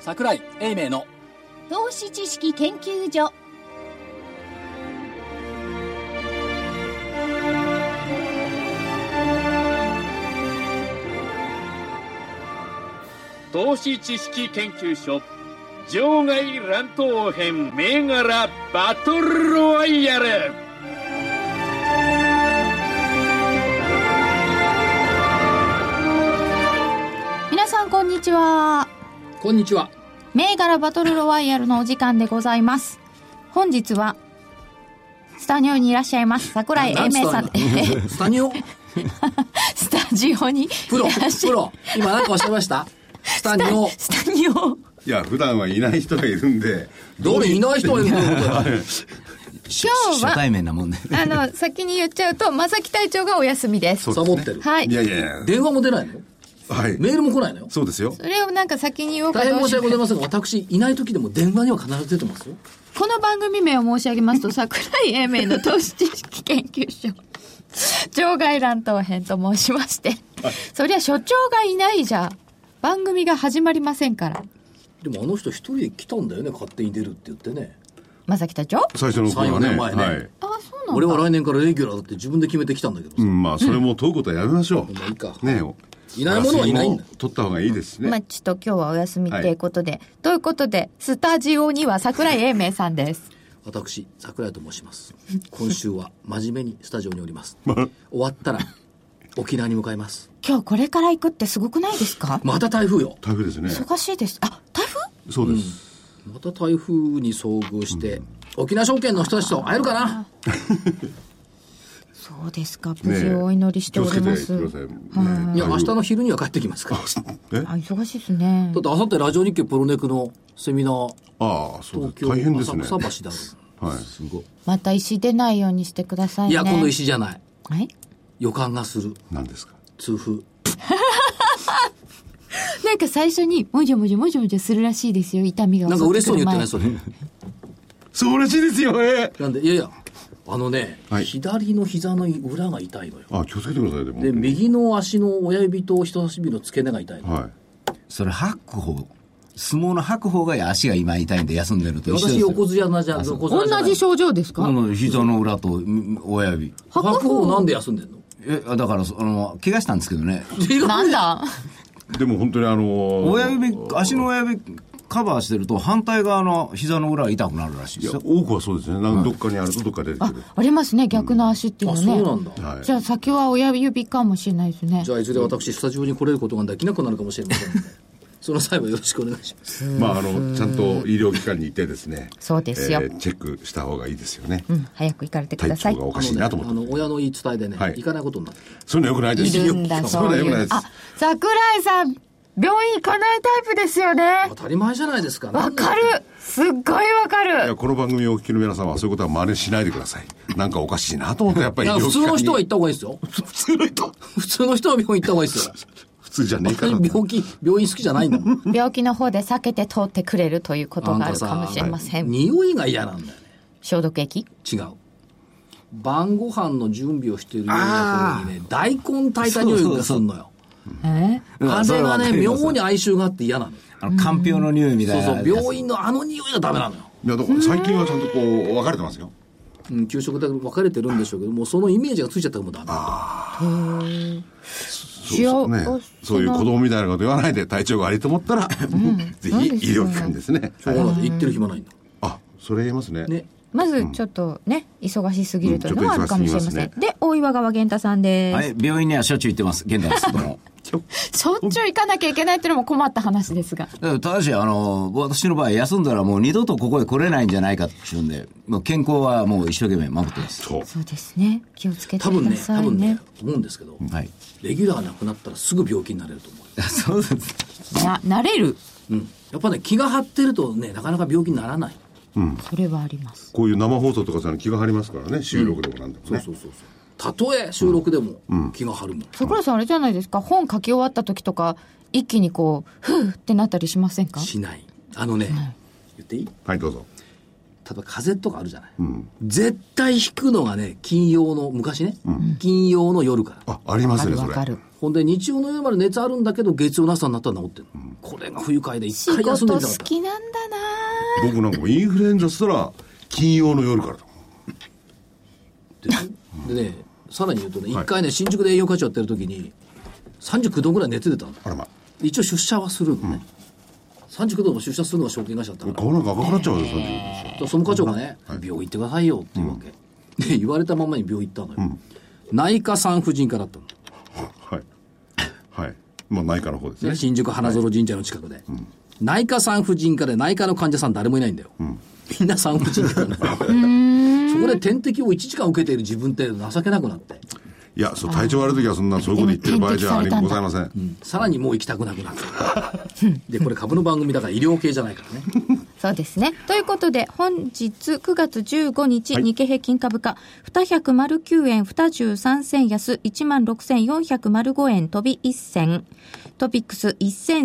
櫻井英明の投資知識研究所。 投資知識研究所場外乱闘編銘柄バトルロワイヤル。 皆さんこんにちは。 こんにちは。 銘柄バトルロワイヤルのお時間でございます。本日はスタジオにいらっしゃいます櫻井英明さん。 スタジオスタジオにいらっしゃいます。 プロ今何かおっしゃいました？スタジオ。 いや普段はいない人がいるんで。 どれいない人がいるんだよ。 今日は初対面なもんね。 先に言っちゃうと正木隊長がお休みです。 サボってる。 はい。 いやいや電話も出ないの？ はい。 メールも来ないのよ。 そうですよ。 それをなんか先に言おうか大変どうしよう申し訳ございませんが、私いない時でも電話には必ず出てますよ。 この番組名を申し上げますと櫻井英明の投資知識研究所場外乱闘編と申しまして、そりゃ所長がいないじゃ番組が始まりませんから。 でもあの人一人で来たんだよね、勝手に出るって言ってね。 正木隊長最初の頃はね。 3-4年前ね、 はい。 あ、そうなんだ。 俺は来年からレギュラーだって自分で決めてきたんだけどさ、 まあそれも問うことはやめましょう。 まあいいか。 ねいないものはいないんだ。 取った方がいいですね。 まあ、ちょっと今日はお休みということで、ということでスタジオには櫻井英明さんです。 私櫻井と申します。今週は真面目にスタジオにおります。終わったら沖縄に向かいます。 今日これから行くってすごくないですか？ また台風よ。 台風ですね。 忙しいです。あ、台風？ そうです。 また台風に遭遇して、沖縄証券の人たちと会えるかな。 そうですか。無事をお祈りしております。 気をつけてくださいね。 いや明日の昼には帰ってきますから。 あ、忙しいですね。 だって明後日ラジオ日経プロネクのセミナー、 ああ、そうです。 東京大変ですね。 浅草橋である。 はい。 すごい。 また石出ないようにしてくださいね。 いや今度石じゃない。 はい。 予感がする。 何ですか？ 痛風。 なんか最初にもじょもじょもじょもじょするらしいですよ。痛みが襲ってくる前。 なんか嬉しそうに言ってないそれ。 そうらしいですよね。 なんでいやいやね、 はい左の膝の裏が痛いのよ。 あ、気をつけてください。でも。 で右の足の親指と人差し指の付け根が痛いの。 はい。 それ吐く方、相撲の吐く方が足が今痛いんで休んでると一緒です私よ。 横綱じゃん。横綱じゃない同じ症状ですか？ 膝の裏と親指。 吐く方なんで休んでんの？ だから怪我したんですけどね。 なんだでも本当に親指、足の親指カバーしてると反対側の膝の裏が痛くなるらしいですよ。 多くはそうですね。なんかどっかにあるとどっか出てくる。 ありますね、逆の足っていうのね。 あ、そうなんだ。 はい。 じゃあ先は親指かもしれないですね。 じゃあいずれ私スタジオに来れることができなくなるかもしれませんのでその際はよろしくお願いします。 まあちゃんと医療機関に行ってですね。 そうですよ。 チェックした方がいいですよね。 早く行かれてください。 体調がおかしいなと思って。 親の言い伝えでね、 はい行かないことになってる。 そういうのよくないです。 いるんだ、そういう。 いうのよくないです。 あ、櫻井さん、病院行かないタイプですよね。 当たり前じゃないですか。 わかる。すっごいわかいやる。 この番組をお聞きの皆さんはそういうことは真似しないでください。なんかおかしいなと思ってやっぱり医療普機関に。 通の人は行った方がいいですよ。 普通の人。 普通の人は病院行った方がいいですよ。 普通じゃねえかな。 病院好きじゃないんだもん。 病気の方で避けて通ってくれるということがあるかもしれません。 匂いが嫌なんだよね。 消毒液？ 違う。晩ご飯の準備をしているような風にね、大根炊いた匂いがするのよ。風がね、妙に哀愁があって嫌なの。 かんぴょうの匂いみたいな。 そうそう、病院のあの匂いがダメなのよ。 いやだから最近はちゃんとこう分かれてますよ。 給食で分かれてるんでしょうけども、そのイメージがついちゃったらもうダメ。 そうね。そういう子供みたいなこと言わないで体調が悪いと思ったら、ぜひ医療機関ですね。 しょうがない。行ってる暇ないんだ。 あ、それ言えますね。 ね。 まずちょっとね、忙しすぎるというのはあるかもしれません。 ちょっと忙しすぎますね。 で、大岩川源太さんです。 はい、病院にはしょっちゅう行ってます。源太ですけども。 しょっちゅう行かなきゃいけないっていうのも困った話ですが。 ただし、私の場合、休んだらもう二度とここへ来れないんじゃないかっていうんで、もう健康はもう一生懸命守ってます。 そう。 そうですね。気をつけて多分ね、 くださいね。 思うんですけど、 はい。 レギュラーなくなったらすぐ病気になれると思う。 そうです。 慣れる。 やっぱね、気が張ってるとね、なかなか病気にならない。 それはあります。 こういう生放送とかさ気が張りますからね。収録でもなんでもね。 そう。たとえ収録でも気が張るもん。 桜井さんあれじゃないですか、本書き終わった時とか一気にこうふーってなったりしませんか？ しない。言っていい？ はいどうぞ。 例えば風邪とかあるじゃない、絶対引くのがね金曜の昔ね、金曜の夜から。 ありますねそれ。 わかる。 ほんで日曜の夜まで熱あるんだけど月曜の朝になったら治ってる、これが不愉快で一回休んでみたかった。 仕事好きなんだな。 僕なんかもインフルエンザしたら金曜の夜からだでね、さらに言うとね、一回ね新宿で営業課長やってる時に39度ぐらい熱出たんだ。 あらま。 一応出社はするのね、39度も出社するのが証券会社だったから、 顔なんか赤くなっちゃうよ、それで。 総務課長がね、病院行ってくださいよっていうわけ、で言われたままに病院行ったのよ、内科産婦人科だったの。 はいはい。まあ内科の方ですね。 新宿花園神社の近くで、内科産婦人科で内科の患者さん誰もいないんだよ、みんな産婦人科なんだよそこで点滴を1時間受けている自分って情けなくなって、 いや、そう、体調悪い時はそんなそういうこと言ってる場合じゃございません。 さらにもう行きたくなくなったでこれ株の番組だから医療系じゃないからねそうですね。ということで本日9月15日、日経平均株価209円23銭安 16,405 円飛び1銭、トピックス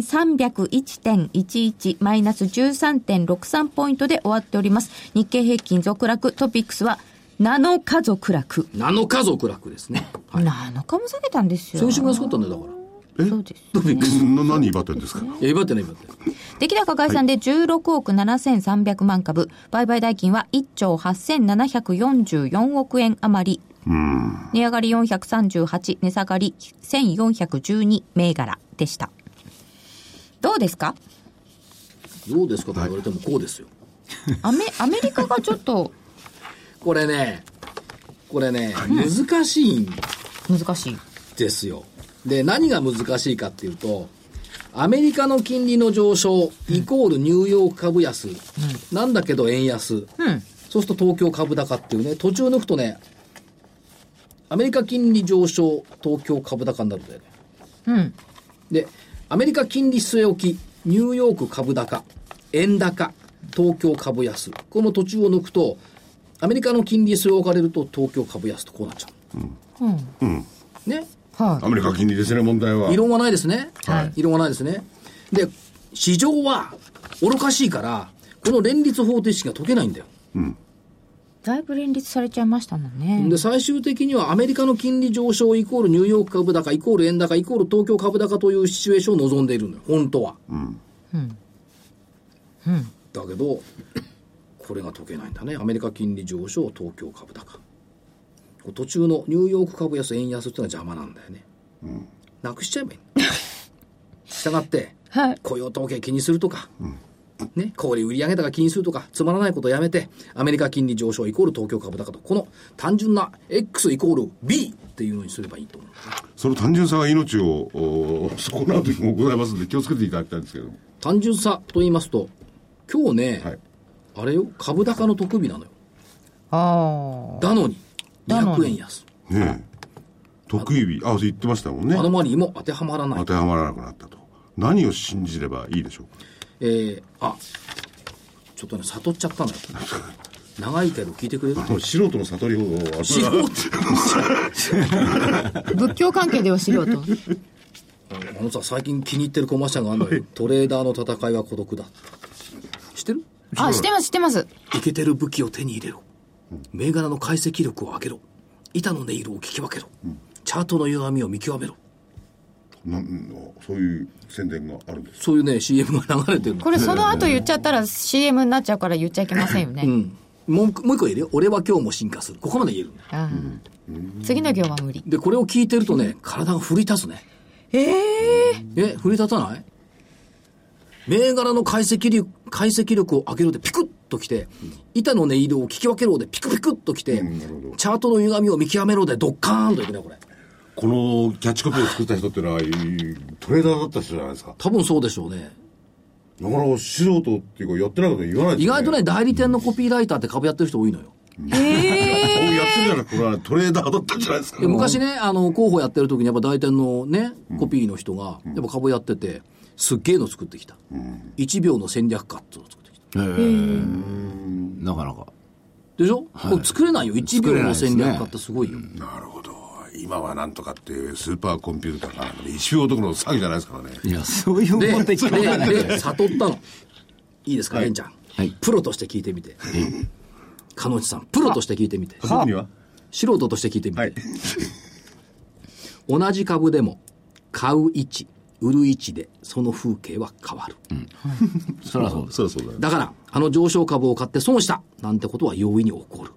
1301.11 マイナス 13.63 ポイントで終わっております。日経平均続落、トピックスは7日続落。 7日続落ですね、 7日も下げたんですよ。 先週も安かったんだよ、だからそうです、 トピックス何威張ってんですか。 いや威張ってない威張ってない。 出来高概算で16億7300万株、売買代金は1兆8744億円余り、値上がり438、値下がり1412銘柄でした。どうですかどうですかと言われてもこうですよ、 アメリカがちょっとこれね難しいん難しいですよ。で何が難しいかっていうと、アメリカの金利の上昇イコールニューヨーク株安、なんだけど円安、そうすると東京株高っていうね、途中抜くとね、アメリカ金利上昇東京株高になるんだよね、でアメリカ金利据え置きニューヨーク株高円高東京株安、この途中を抜くとアメリカの金利据え置かれると東京株安とこうなっちゃう、ね、 アメリカ金利ですね、問題は。 異論はないですね、 はい異論はないですね。で市場は愚かしいからこの連立方程式が解けないんだよ、 だいぶ連立されちゃいましたもんね。 で最終的にはアメリカの金利上昇イコールニューヨーク株高イコール円高イコール東京株高というシチュエーションを望んでいるのよ本当は、だけどこれが解けないんだね。アメリカ金利上昇東京株高、途中のニューヨーク株安円安っていうのは邪魔なんだよね、なくしちゃえばいいしたがって、雇用統計気にするとか、ね、小売売上高気にするとかつまらないことをやめてアメリカ金利上昇イコール東京株高と、この単純な X イコール B っていうのにすればいいと思う。 その単純さが命を損なう時もございますので気をつけていただきたいんですけど。 単純さと言いますと今日ね、あれよ株高の特日なのよ。だのに200円安、 得意日言ってましたもんね。 アノマリーも当てはまらない、 当てはまらなくなったと。何を信じればいいでしょうか。 ちょっとね悟っちゃったのよ長いけど聞いてくれる素人の悟りほど素人仏教関係では素人さ最近気に入ってるコマーシャルがあるのよ、トレーダーの戦いは孤独だ。知ってる？ 知ってます知ってます。 イケてる武器を手に入れろ、銘柄の解析力を上げろ、板の音色を聞き分けろ、チャートの歪みを見極めろ、 そういう宣伝があるんです。 そういうね CM が流れてるの。 これその後言っちゃったら CM になっちゃうから言っちゃいけませんよね、 もう一個言えるよ。俺は今日も進化する、ここまで言えるんだ。 次の行は無理でこれを聞いてるとね体が奮い立つね。奮い立たない？銘柄の解析力を上げろでピクッときて、板の音色を聞き分けろでピクピクッときて、チャートの歪みを見極めろでドッカーンといくねこれ。 このキャッチコピーを作った人っていうのはトレーダーだった人じゃないですか。 多分そうでしょうね。 だから素人っていうかやってないこと言わないですよね。 意外とね代理店のコピーライターって株やってる人多いのよ。 そうやってるじゃなくてこれはトレーダーだったんじゃないですか。 昔ね広報やってる時にやっぱ代理店のねコピーの人がやっぱ株やっててすっげえの作ってきた、1秒の戦略家っていうのを作ってきた。 なかなかでしょ、これ作れないよ1秒の戦略家ってすごいよ、 なるほど。今はなんとかっていうスーパーコンピューターかなんかで1秒どころの詐欺じゃないですからね。 いやそういうもん的なで悟ったのいいですか、レンちゃん、プロとして聞いてみて、鹿内さんプロとして聞いてみて、 僕には素人として聞いてみて、同じ株でも買う位置、売る位置でその風景は変わる。 そりゃそうです。 そうそうだよ。 だからあの上昇株を買って損したなんてことは容易に起こる。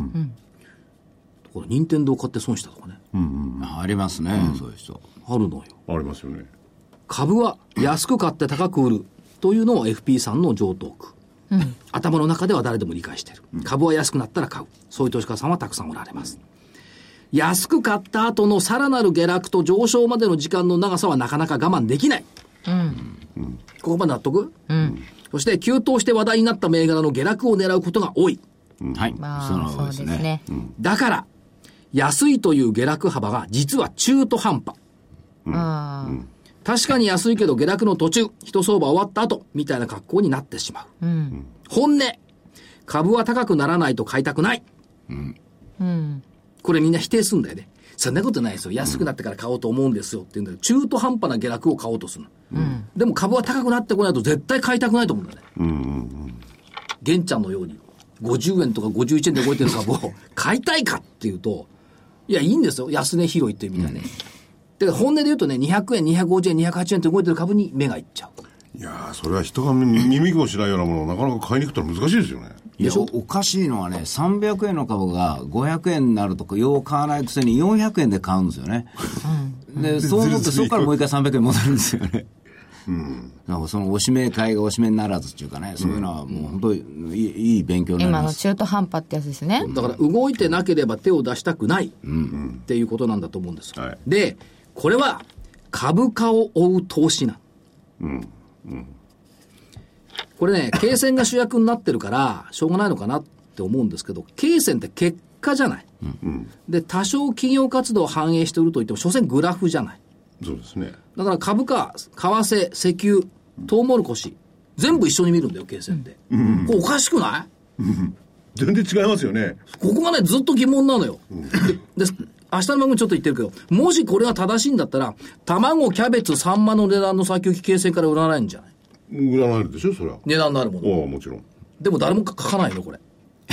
これ任天堂買って損したとかね。 ありますね、そういう人。 あるのよ。 ありますよね。 株は安く買って高く売るというのを FP さんの常套句。頭の中では誰でも理解している。株は安くなったら買う。そういう投資家さんはたくさんおられます。安く買った後のさらなる下落と上昇までの時間の長さはなかなか我慢できない。ここまで納得？そして急騰して話題になった銘柄の下落を狙うことが多い。 はい。 まそのあそうですね。 だから安いという下落幅が実は中途半端。確かに安いけど下落の途中、一相場終わった後みたいな格好になってしまう。本音、株は高くならないと買いたくない。これみんな否定するんだよね。そんなことないですよ。安くなってから買おうと思うんですよって言うんだけど、中途半端な下落を買おうとするの。でも株は高くなってこないと絶対買いたくないと思うんだね。玄ちゃんのように50円とか51円で動いてる株を買いたいかっていうと、いやいいんですよ。安値拾いっていう意味ではね。だから本音で言うとね、200円、250円、208円って動いてる株に目がいっちゃう。 いやー、それは人が耳もしないようなものをなかなか買いに行くと難しいですよね。 いや、おかしいのはね、300円の株が500円になるとよう買わないくせに400円で買うんですよね。で、そう思ってそこからもう一回300円戻るんですよね。なんかそのおしめ買いがおしめにならずっていうかね、そういうのはもう本当にいい勉強になります。 今の中途半端ってやつですね。 だから動いてなければ手を出したくないっていうことなんだと思うんですよ。で、これは株価を追う投資な。これね、経線が主役になってるからしょうがないのかなって思うんですけど、経線って結果じゃない。で、多少企業活動を反映しているといっても所詮グラフじゃない。 そうですね。 だから株価、為替、石油、トウモロコシ全部一緒に見るんだよ、経線って。これおかしくない？ 全然違いますよね。 ここがねずっと疑問なのよ。で明日の番組ちょっと言ってるけど、もしこれが正しいんだったら、卵、キャベツ、サンマの値段の先行き経線から売らないんじゃない？ 売らないでしょ、それは。 値段のあるもの。 もちろん。 でも誰も書かないの、これ。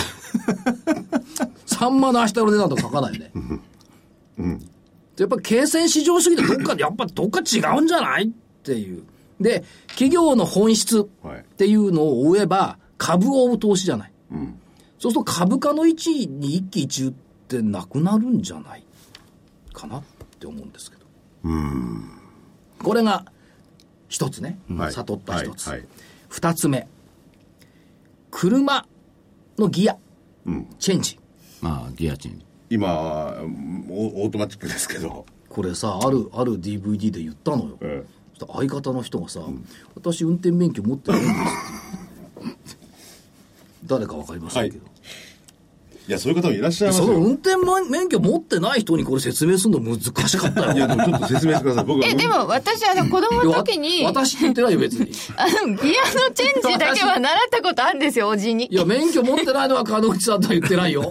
サンマの明日の値段とか書かないね。やっぱり経線市場主義でやっぱどっか違うんじゃないっていう。で、企業の本質っていうのを追えば、株を追う投資じゃない。そうすると株価の位置に一喜一憂ってなくなるんじゃないかなって思うんですけど。これが一つね、悟った一つ。二つ目、車のギア、チェンジ。 ギアチェンジ。 今オートマチックですけど、 これさ、ある DVD で言ったのよ。相方の人がさ、私運転免許持ってないんですって誰か分かりませんけど、 いや、そういう方もいらっしゃいますよ。 その運転免許持ってない人にこれ説明するの難しかったよ。 いや、でもちょっと説明してください。僕はでも私子供の時に私って言ってないよ別に。 ギアのチェンジだけは習ったことあるんですよ、おじに。 いや、免許持ってないのは門口さんとは言ってないよ。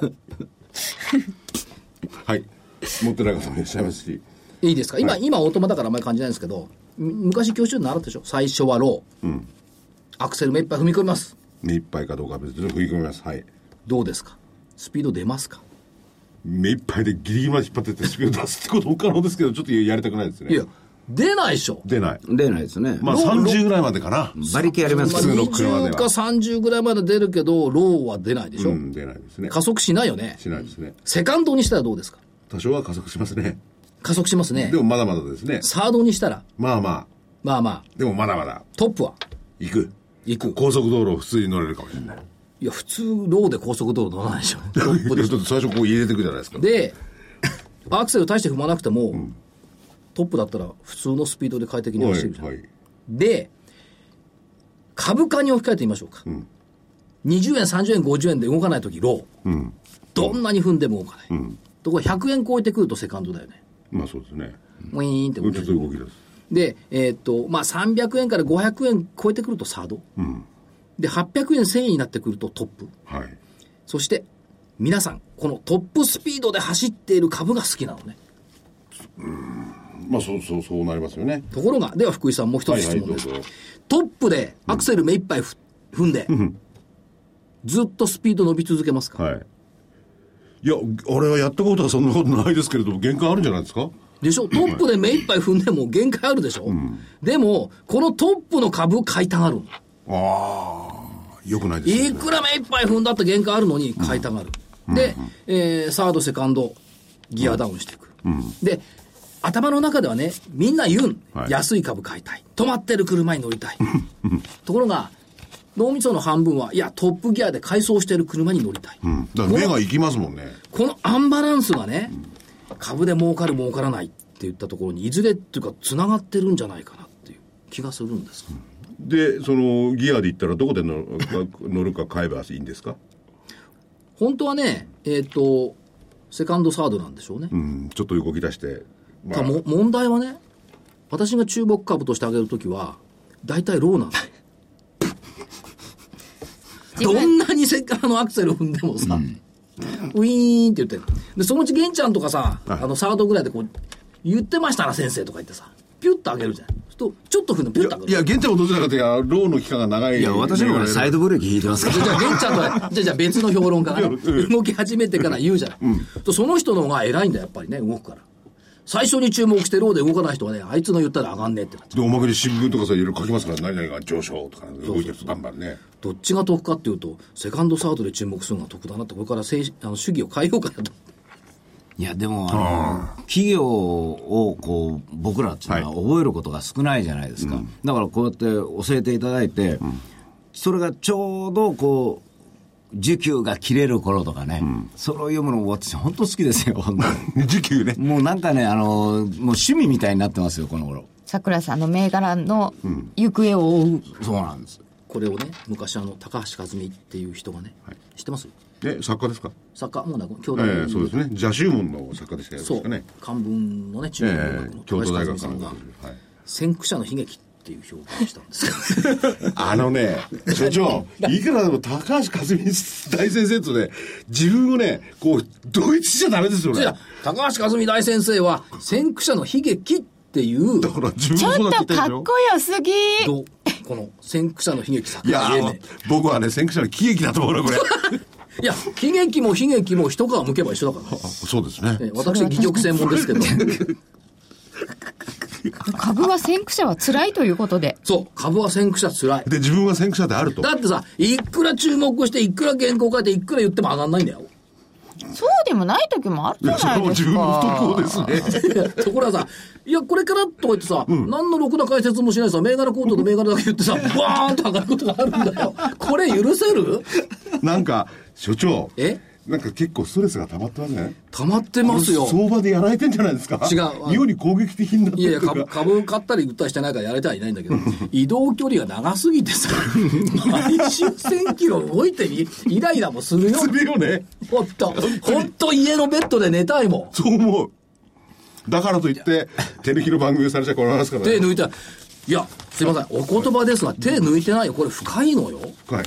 はい、持ってない方もいらっしゃいますし。 いいですか。今オートマだからあんまり感じないんですけど、昔教習で習ったでしょ。最初はロー、アクセル目いっぱい踏み込みます。 目いっぱいかどうかは別に踏み込みます。はい。 どうですか、スピード出ますか。 目いっぱいでギリギリまで引っ張ってってスピード出すってことも可能ですけど、ちょっとやりたくないですね。 いや、出ないでしょ。 出ないですね。 まあ30ぐらいまでかな。 馬力あります。 普通の車では 20か30ぐらいまで出るけど、ローは出ないでしょ。 出ないですね。 加速しないよね。 しないですね。 セカンドにしたらどうですか。 多少は加速しますね。 加速しますね。 でもまだまだですね。 サードにしたらまあまあでもまだまだトップは行く高速道路を普通に乗れるかもしれない。 いや、普通ローで高速道路乗らないでしょ。トップで最初こう入れていくじゃないですか。 でアクセル大して踏まなくても、トップだったら普通のスピードで快適に走るじゃん、で株価に置き換えてみましょうか、20円30円50円で動かないときロー、どんなに踏んでも動かない、ところが100円超えてくるとセカンドだよね。 まあそうですね。 ウィーンって動き出す。 で、まあ300円から500円超えてくるとサード、で800円1000円になってくるとトップ、そして皆さんこのトップスピードで走っている株が好きなのね。 まあそうなりますよね。 ところが、では福井さんもう一つ質問です、トップでアクセル目いっぱい踏んで、ずっとスピード伸び続けますか。 いや、俺はやったことはそんなことないですけれども、限界あるんじゃないですか。 でしょ、トップで目いっぱい踏んでも限界あるでしょ、でもこのトップの株買いたがる。 よくないですね。 いくら目いっぱい踏んだって限界あるのに買いたがる。で、サードセカンドギアダウンしていく。で頭の中ではね、みんな言う、安い株買いたい、止まってる車に乗りたいところが脳みその半分はいやトップギアで改装してる車に乗りたい、 だから目が行きますもんね。 このアンバランスがね、株で儲かる儲からないっていったところにいずれっていうかつながってるんじゃないかなっていう気がするんです、 でそのギアで言ったらどこで乗るか買えばいいんですか？ 本当はねセカンドサードなんでしょうね、 ちょっと動き出して、 問題はね、私が注目株として挙げるときは大体ローなんだどんなにアクセル踏んでもさ、ウィーンって言ってる。でそのうち玄ちゃんとかさ、サードぐらいでこう言ってましたな先生とか言ってさ、ピュッと上げるじゃん。とちょっと踏んでピュッと上げる。 いや玄ちゃんもどちらかというとローの期間が長い。 いや私もサイドブレーキ引いてますから。 じゃあ玄ちゃんとはじゃあ別の評論家が、ね、動き始めてから言うじゃない、その人の方が偉いんだやっぱりね、動くから。最初に注目してローで動かない人はね、あいつの言ったら上がんねえってなっちゃう。 でおまけに新聞とかさいろいろ書きますから、何々が上昇とか動いてるとバンバンね。 どっちが得かっていうとセカンドサードで注目するのが得だなって、これから主義を変えようかなと。 いやでも企業をこう僕らっていうのは覚えることが少ないじゃないですか、だからこうやって教えていただいて、それがちょうどこう需給が切れる頃とかね、それを読むのも私本当好きですよ本当に需給ね、 もうなんかねもう趣味みたいになってますよこの頃。 桜さんの銘柄の行方を追う、 そうなんです。 これをね、昔高橋和美っていう人がね、知ってます？ 作家ですか？ 作家もうね、京都大学、 そうですね、邪宗門の作家でしたよね。 そう漢文のね、中国大学の京都大学さんが、先駆者の悲劇っていう表現をしたんです所長いくらでも高橋和美大先生とね、自分をねこう同一しちゃダメですよね。 高橋和美大先生は先駆者の悲劇っていう、 だから自分ちょもっとかっこよすぎ。 この先駆者の悲劇作いや僕はね先駆者の喜劇だと思うなこれいや喜劇も悲劇も一皮むけば一緒だから。 そうですね、 私戯曲専門ですけど株は先駆者は辛いということで。 そう、株は先駆者辛い。 で自分は先駆者であると。 だってさ、いくら注目していくら原稿書いていくら言っても上がんないんだよ。 そうでもない時もあるじゃないですか。それも自分の不得ですねところがさ、いやこれからとか言ってさ、何のろくな解説もしないさ、銘柄コードと銘柄だけ言ってさバーンと上がることがあるんだよ。これ許せる？ なんか所長なんか結構ストレスが溜まってますね。 溜まってますよ。 相場でやられてんじゃないですか。 違う。 妙に攻撃的になってる。 いや株買ったり売ったりしてないからやられてはいないんだけど移動距離が長すぎてさ毎週1000キロ動いてイライラもするよ。 するよね。 ほんと家のベッドで寝たいもん。 そう思う。だからといってテレビの番組をされちゃ困りますからね。 手抜いた。いやすいませんお言葉ですが手抜いてないよ。これ深いのよ。 はい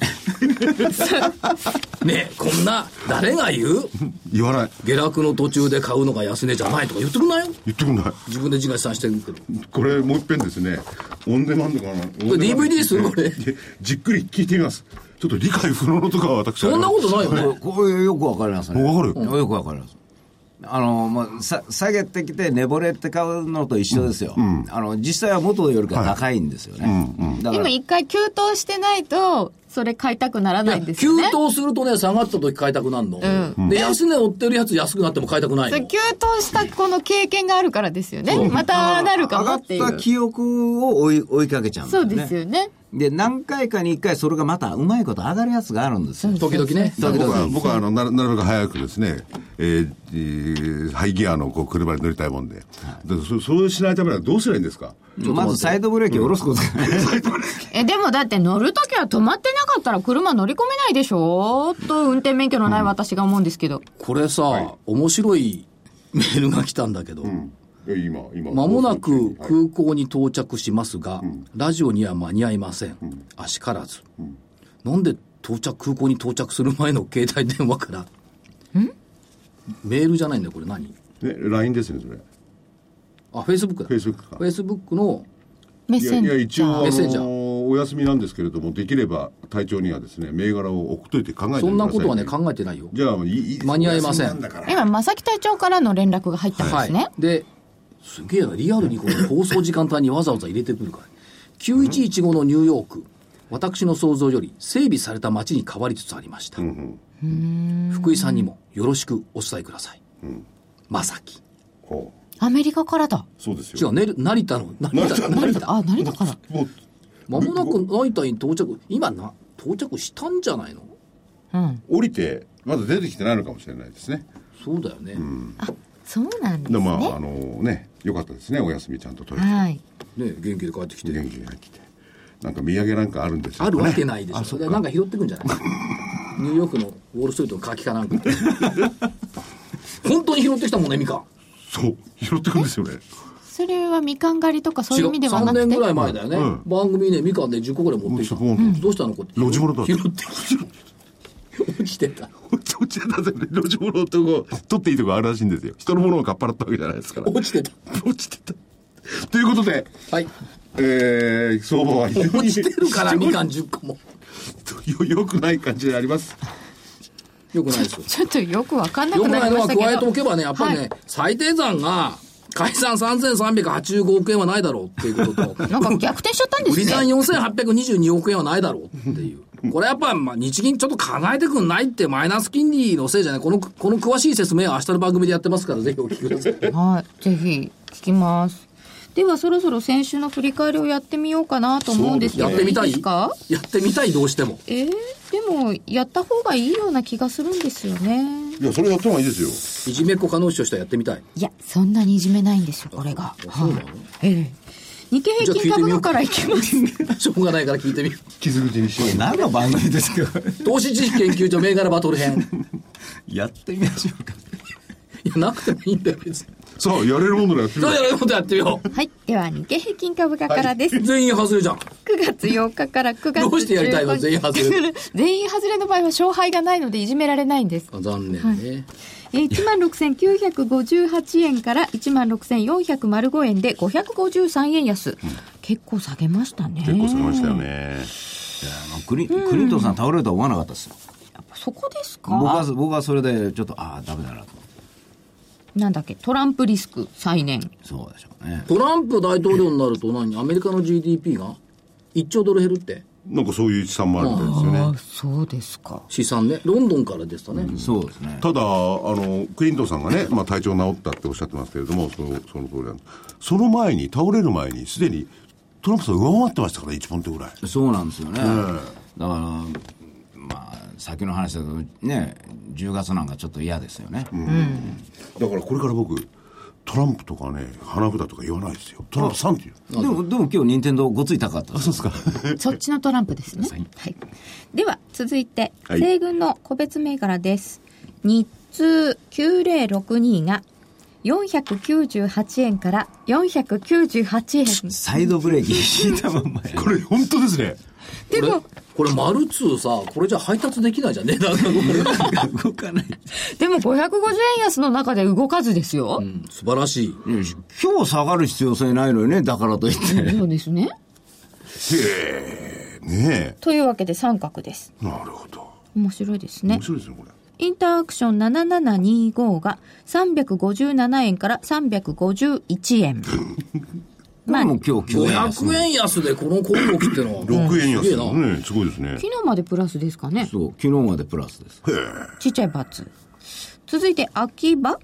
ねえこんな誰が言う？ 言わない。 下落の途中で買うのが安値じゃないとか言ってくんないよ。 言ってくんない。 自分で自画自賛してるけど。 これもう一遍ですね、オンデマンドかな。これ DVD するこれ。 じっくり聞いてみます。ちょっと理解不能のとかは私そんなことないよね。 これよくわかりますね。 わかる？ よくわかります。下げてきて値惚れって買うのと一緒ですよ、実際は元よりか高いんですよね、 でも一回急騰してないとそれ買いたくならないんですよね。 急騰するとね下がった時買いたくなるの、で安値追ってるやつ安くなっても買いたくないの。 急騰したこの経験があるからですよね。またなるかもっていう上がった記憶を追いかけちゃうんですよね。 そうですよね。 で何回かに1回それがまたうまいこと上がるやつがあるんですよ。 時々ね。 僕はなるべく早くですね、ハイギアの車に乗りたいもんで、そうしないためにはどうすればいいんですか？ まずサイドブレーキを下ろすことがでもだって乗るときは止まってなかったら車乗り込めないでしょと運転免許のない私が思うんですけど、 これさ、面白いメールが来たんだけど、 今間もなく空港に到着しますが、ラジオには間に合いません、あしからず、なんで空港に到着する前の携帯電話からメールじゃないんだよこれ何 ？LINE ですねそれ。 あ、Facebook だ。Facebook のメッセンジャー。 いや一応お休みなんですけれども、できれば隊長にはですね銘柄を送っといて考えてください。 そんなことはね考えてないよ。 じゃあ間に合いません。 今正木隊長からの連絡が入ったんですね、 はい、ですげえな、リアルにこの放送時間帯にわざわざ入れてくるから9115のニューヨーク、私の想像より整備された街に変わりつつありました。福井さんにもよろしくお伝えください。まさき。 アメリカからだ。 そうですよ。 違う、成田の、成田。 あ、成田から。 まもなく成田に到着、今到着したんじゃないの？ 降りて、まだ出てきてないのかもしれないですね。 そうだよね。 あ、そうなんですね。 まあ、よかったですね、お休みちゃんと取れて。 はい。 ね、元気で帰ってきて。 元気に入ってきて。なんか土産なんかあるんですよね。 あるわけないでしょ。なんか拾ってくんじゃないニューヨークのウォールストリートの柿かなんか。本当に拾ってきたもんね、みかん。 そう、拾ってくんですよね。 それはみかん狩りとかそういう意味ではなくて。 3年ぐらい前だよね。番組ね、みかんで10個ぐらい持ってきた。どうしたのこって。 路地物だ。 拾って落ちてた。 落ちてた。路地物とこ取っていいとこあるらしいんですよ。人のものをかっぱらったわけじゃないですから。 落ちてた。 ということで、 はい。 相場は落ちてるからみかん10個も。 よくない感じであります。 よくないですよ。 ちょっとよくわかんなくなりましたけど。 よくないのは加えておけばね、やっぱりね、最低残が、解散3385億円はないだろうっていうことと。 なんか逆転しちゃったんですね。 売り算4822億円はないだろうっていう。これやっぱ、日銀ちょっと考えてくんないってマイナス金利のせいじゃない。この詳しい説明は明日の番組でやってますから、ぜひお聞きください。 はい。ぜひ聞きます。ではそろそろ先週の振り返りをやってみようかなと思うんですけど、 やってみたい？ いいですか？ やってみたい、どうしても。 でもやった方がいいような気がするんですよね。 いや、それやった方がいいですよ。 いじめっ子可能性としてはやってみたい。 いや、そんなにいじめないんですよ、これが。 そうなの？ 日経平均株価からいきます。 しょうがないから聞いてみよう。 傷口にしよう。 何の番組ですか？ 投資知識研究所銘柄バトル編。 やってみましょうか。 いや、なくてもいいんだよ、別に。 さあ、やれるものでやってみよう。 やれるものでやってみよう。 はい。では、日経平均株価からです。 全員外れじゃん。 9月8日から9月15日。 どうしてやりたいの？全員外れ。 全員外れの場合は勝敗がないのでいじめられないんです。 残念ね。 16,958 円から16,405 円で553円安。結構下げましたね。 結構下げましたよね。 クリントンさん倒れるとは思わなかったですよ。 やっぱそこですか？ 僕はそれでちょっとダメだなと。 なんだっけ、トランプリスク再燃。 そうでしょうね。 トランプ大統領になるとアメリカの GDP が1兆ドル減るって。 なんかそういう試算もあるみたいですよね。 そうですか。 試算ね。ロンドンからでしたね。 そうですね。 ただ、クリントンさんがね、体調治ったっておっしゃってますけれども、その通りなんです。その前に、倒れる前に、すでにトランプさん上回ってましたから、1ポイントぐらい。 そうなんですよね。だから、先の話だけどね、10月なんかちょっと嫌ですよね。 だからこれから僕、トランプとかね、花札とか言わないですよ。トランプさんっていう。 でも今日任天堂ごつい高かったです。 そうですか。 そっちのトランプですね。はい。では、続いて、西軍の個別銘柄です。日通9062が498円から498円。 サイドブレーキ引いたまんまや。 これ本当ですね。 でも、 これマルツーさ、これじゃ配達できないじゃんね。なんか動かない。 でも550円安の中で動かずですよ。 素晴らしい。 今日下がる必要性ないのよね、だからといって。 そうですね。 ねえ。 というわけで三角です。 なるほど。 面白いですね。 面白いですね、これ。 インターアクション7725が357円から351円。 まあ、今日 500円安でこの小動きってのは 6円安ですね。すごいですね。 昨日までプラスですかね。 そう、昨日までプラスです。 ちっちゃいバツ。続いて秋葉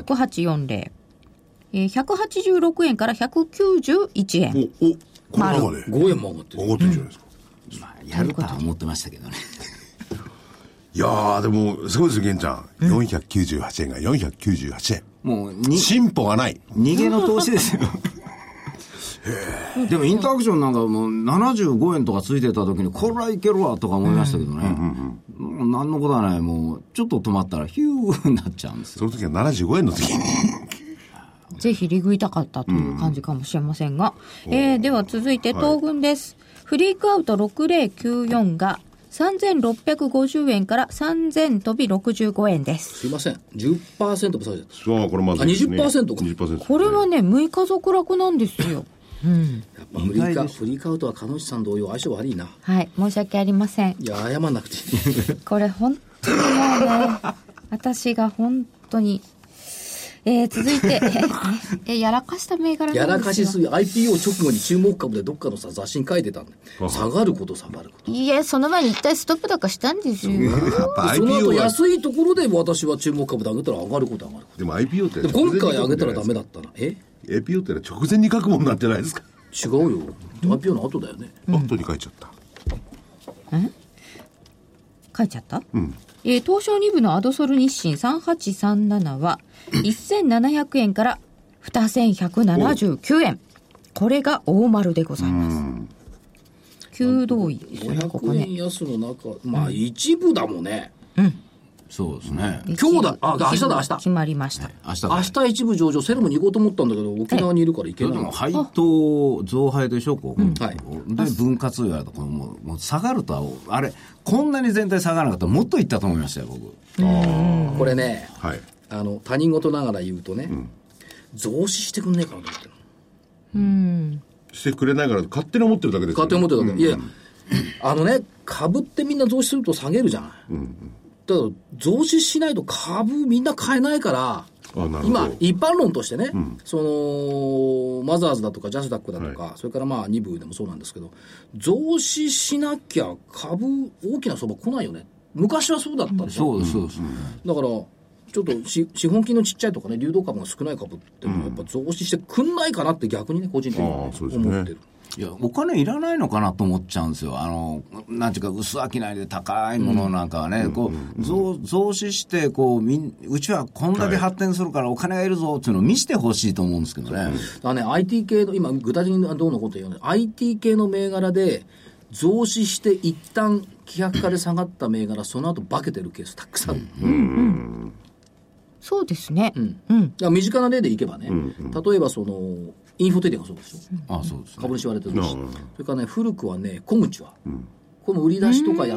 6840、186円から191円。 これまで 5円も上がってる。 上がってるじゃないですか。 まあ、やるとは思ってましたけどね。 いやー、でも、すごいですよ、玄ちゃん。498円が498円。 もう、 進歩がない。 逃げの投資ですよ。でもインターアクションなんかもう75円とかついてた時にこれはいけるわとか思いましたけどね、もう何のことはない。もうちょっと止まったらヒューになっちゃうんですよ。 その時は75円の時にぜひ利食いたかったという感じかもしれませんが、では続いて東軍です、フリークアウト6094が3650円から3000飛び65円です。 すいません 10% も下げちゃった。 そう、これまずですね。 20% か。 20%。 これはね6日続落なんですよ。 やっぱフリークアウトは鹿野内さん同様相性悪いな。 はい、申し訳ありません。 いや謝んなくていい。 これ本当にもうね私が本当に続いて、やらかした銘柄やなんですよ。 らかしすぎ、IPO 直後に注目株でどっかのさ雑誌に書いてたんだよ。下がること下がること。 いや、その前に一体ストップ高したんですよ。 やっぱその IPO 後は、 安いところで私は注目株で上げたら上がること上がるこでも IPO ってと。で今回上げたらダメだったな。 IPO ってのは直前に書くもんなんじゃないですか。 違うよ。IPO の後だよね。 後に書いちゃった。 書いちゃった、東証2部のアドソル日清3837は1700円から2179円。これが大丸でございます。急動位ですね、ここ 500 ね。 円安の中、まあ一部だもんね。 そうですね。 今日だ、明日だ、明日。 決まりました。 明日一部上場、セレモに行こうと思ったんだけど、沖縄にいるから行けない。 でも配当増配でしょ、こう、 はいで分割言われたらもう下がるとは、あれこんなに全体下がらなかったらもっといったと思いましたよ、僕。 これね、 はい。 他人事ながら言うとね、増資してくんねえかなと思ってる。 してくれないから勝手に思ってるだけですよね。 勝手に思ってるだけ。いや、株ってみんな増資すると下げるじゃない。だから増資しないと株みんな買えないから、 なるほど今一般論としてね、そのマザーズだとかジャスダックだとか、それからまあ2部でもそうなんですけど、増資しなきゃ株大きな相場来ないよね。昔はそうだったんですよ。 そうです、そうです。 だからちょっと資本金のちっちゃいとかね、流動株が少ない株っていうのはやっぱ増資してくんないかなって逆にね、個人的にはね、 そうですね思ってる。 いや、お金いらないのかなと思っちゃうんですよ。なんていうか、薄商いで高いものなんかはね、こう、増資して、こう、うちはこんだけ発展するからお金がいるぞっていうのを見せてほしいと思うんですけどね。 だからね、IT 系の、今、具体的にどうのこと言うの IT 系の銘柄で、増資して一旦希薄化で下がった銘柄、その後化けてるケースたくさんある。 そうですね。 だから身近な例でいけばね、例えばその、インフォテリアがそうでしょ。 そうですね。 株主割れてるし。それからね、古くはね、小口は、この売り出しとかやって、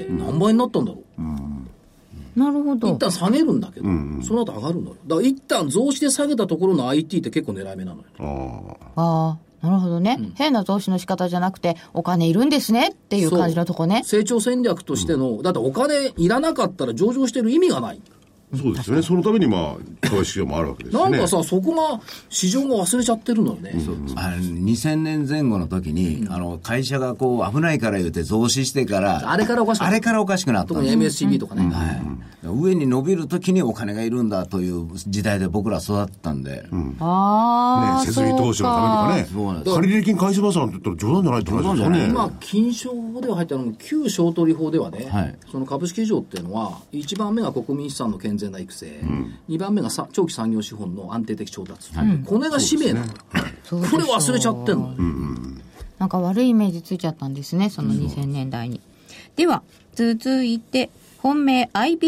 何倍になったんだろう。 なるほど。 一旦下げるんだけど、その後上がるのよ。だから一旦増資で下げたところの IT って結構狙い目なのよ。 ああ、なるほどね、変な投資の仕方じゃなくて、お金いるんですねっていう感じのとこね。 成長戦略としての、だってお金いらなかったら上場してる意味がない。 そうですよね。そのためにまあ株式市場もあるわけですよね。 なんかさ、そこが市場が忘れちゃってるのよね。 2000年前後の時に、会社がこう危ないから言うて増資してから、 あれからおかしくなった。 あれからおかしくなった。 特に MSCB とかね。 上に伸びる時にお金がいるんだという時代で僕ら育ったんで。 設備投資のためとかね。借入金返しますなんて言ったら冗談じゃないって話ですよね。 今、金商法では入ったの、旧商取法ではね、その株式市場っていうのは、1番目が国民資産の健全な育成、2番目が長期産業資本の安定的調達。これが使命なの。これ忘れちゃってんの。 なんか悪いイメージついちゃったんですね、その2000年代に。では、続いて、本命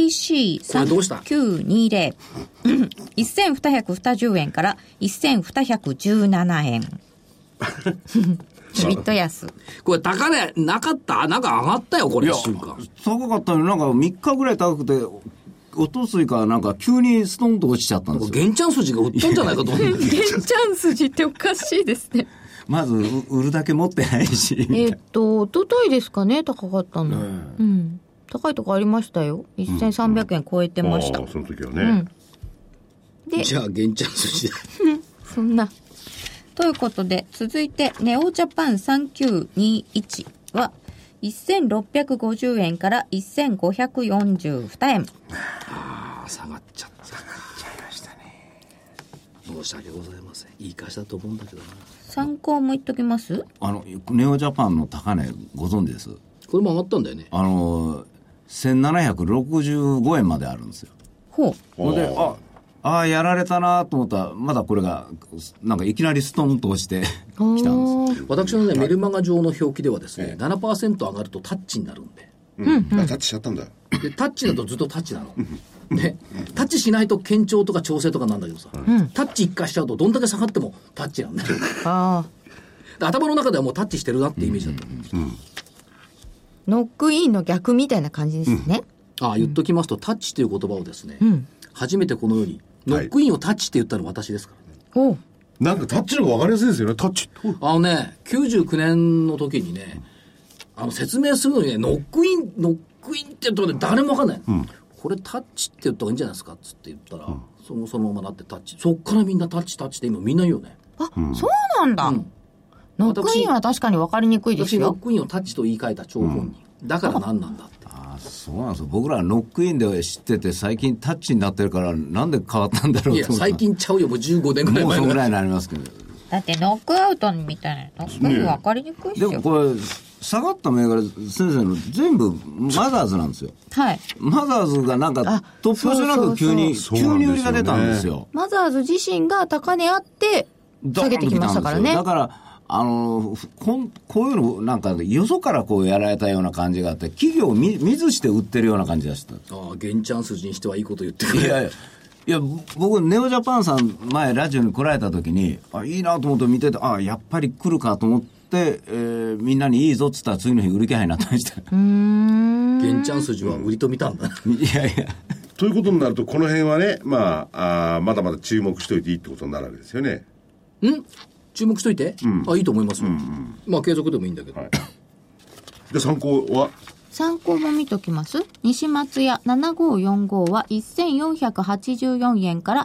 IBC3920 1220円から1217円ちびっと安。 これ高値なかった？なんか上がったよ、これ。1週間高かったのになんか3日ぐらい高くて、おとついからなんか急にストンと落ちちゃったんですよ。 玄ちゃん筋が売ったんじゃないかと思って。 玄ちゃん筋っておかしいですね。 まず売るだけ持ってないし。 おとといですかね、高かったの。高いとこありましたよ。1300円超えてました。 その時はね。 で、 じゃあ玄ちゃん筋で。 そんな。ということで、続いて、ネオジャパン3921は、1650円から1542円。 下がっちゃった。下がっちゃいましたね。申し訳ございません。いい会社だと思うんだけどな。 参考も言っときます？ ネオジャパンの高値ご存知です？ これも上がったんだよね。 1765円まであるんですよ。 ほう。 で、やられたなと思ったら、まだこれが、なんかいきなりストンと落ちてきたんです。 私のね、メルマガ上の表記ではですね、7% 上がるとタッチになるんで。 タッチしちゃったんだ。 で、タッチだとずっとタッチなの。ね、タッチしないと堅調とか調整とかなんだけどさ、タッチ一回しちゃうとどんだけ下がってもタッチなんだよ。頭の中ではもうタッチしてるなってイメージだった。 ノックインの逆みたいな感じですね。 言っときますと、タッチという言葉をですね、初めてこのように、ノックインをタッチって言ったの私ですからね。 なんかタッチの方が分かりやすいですよね、タッチ。 99年の時にね、説明するのにね、ノックインって言うとね、誰も分かんない。 これタッチって言った方がいいんじゃないですかっつって言ったら、そのままなってタッチ。そっからみんなタッチって今みんな言うよね。 あ、そうなんだ。ノックインは確かに分かりにくいですよ。 私ノックインをタッチと言い換えた張本人。だから何なんだって。 そうなんですよ。僕らはノックインで知ってて、最近タッチになってるから、なんで変わったんだろうと思って。 いや、最近ちゃうよ。もう15年ぐらい前。 もうそのぐらいになりますけど。 だってノックアウトみたいなノックイン分かりにくいですよ。 でもこれ下がった銘柄先生の全部マザーズなんですよ。 はい。 マザーズがなんか突拍子なく急に売りが出たんですよ。 マザーズ自身が高値あって下げてきましたからね。 だからこういうのなんかよそからこうやられたような感じがあって、企業を見ずして売ってるような感じがした。 現チャンスにしてはいいこと言ってくれ。 いや僕ネオジャパンさん前ラジオに来られた時にいいなと思って見てて、やっぱり来るかと思って、みんなにいいぞっつったら次の日売り気配になってました。 現チャンスは売りと見たんだ。 いやいやということになるとこの辺はね、まだまだ注目しといていいってことになるわけですよね。 注目しといて、いいと思いますよ。まあ継続でもいいんだけど。はい、 で参考は参考も見ときます。西松屋7545は1484円から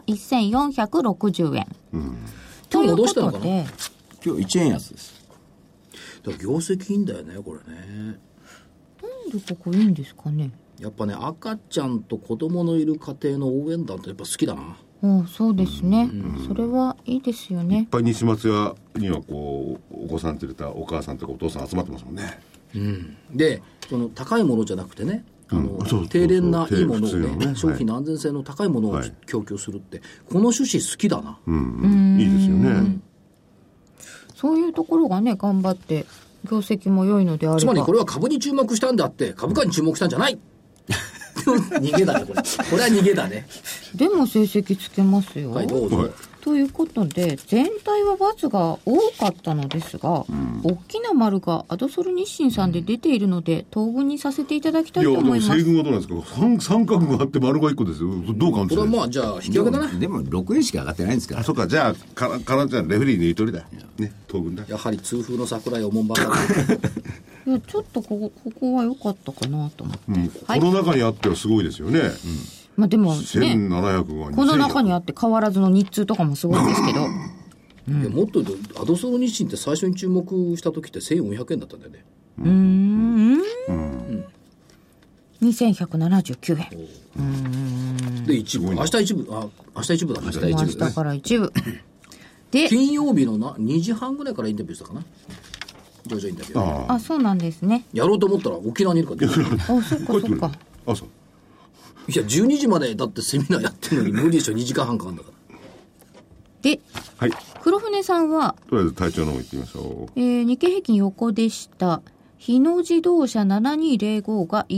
1460円。ということで今日1円安です。 だから業績いいんだよねこれね。 なんでここいいんですかね。 やっぱね、赤ちゃんと子供のいる家庭の応援団ってやっぱ好きだな。 そうですね、それはいいですよね。 いっぱい西松屋にはこうお子さん連れたお母さんとかお父さん集まってますもんね。 でその高いものじゃなくてね、低廉ないいものをね、商品の安全性の高いものを供給するって、この趣旨好きだな。 いいですよね。 そういうところがね頑張って業績も良いのであれば、つまりこれは株に注目したんであって株価に注目したんじゃない逃げだねこれは逃げだね。でも成績つけますよ。はいどうぞ。はいということで全体は×が多かったのですが、大きな丸がアドソル日清さんで出ているので当分にさせていただきたいと思います。いやでも西軍はどうなんですか。三角があって丸が1個ですよ。どうかんですか。これはまあじゃあ引き分けだな。でも6円しか上がってないんですから。そうか、じゃあかなちゃんレフェリーの言う通りだね。当分だ。やはり痛風の桜井おもんばかいやちょっとここは良かったかなと思って、はい、この中にあってはすごいですよね。まあでもね、1700がこの中にあって変わらずの日通とかもすごいんですけど、いやもっと言うとアドソル日清って最初に注目した時って1400円だったんだよね。2179円で一部明日一部だね。明日から一部で金曜日の2時半ぐらいからインタビューしたかな、上場インタビュー。あ、そうなんですね。やろうと思ったら沖縄にいるからあ、そっかそっか。あ、そう。いや12時までだってセミナーやってるのに無理でしょ。2時間半かかるんだから。で、はい、黒船さんはとりあえず体調の方行ってみましょう。日経平均横でした。日野自動車7205が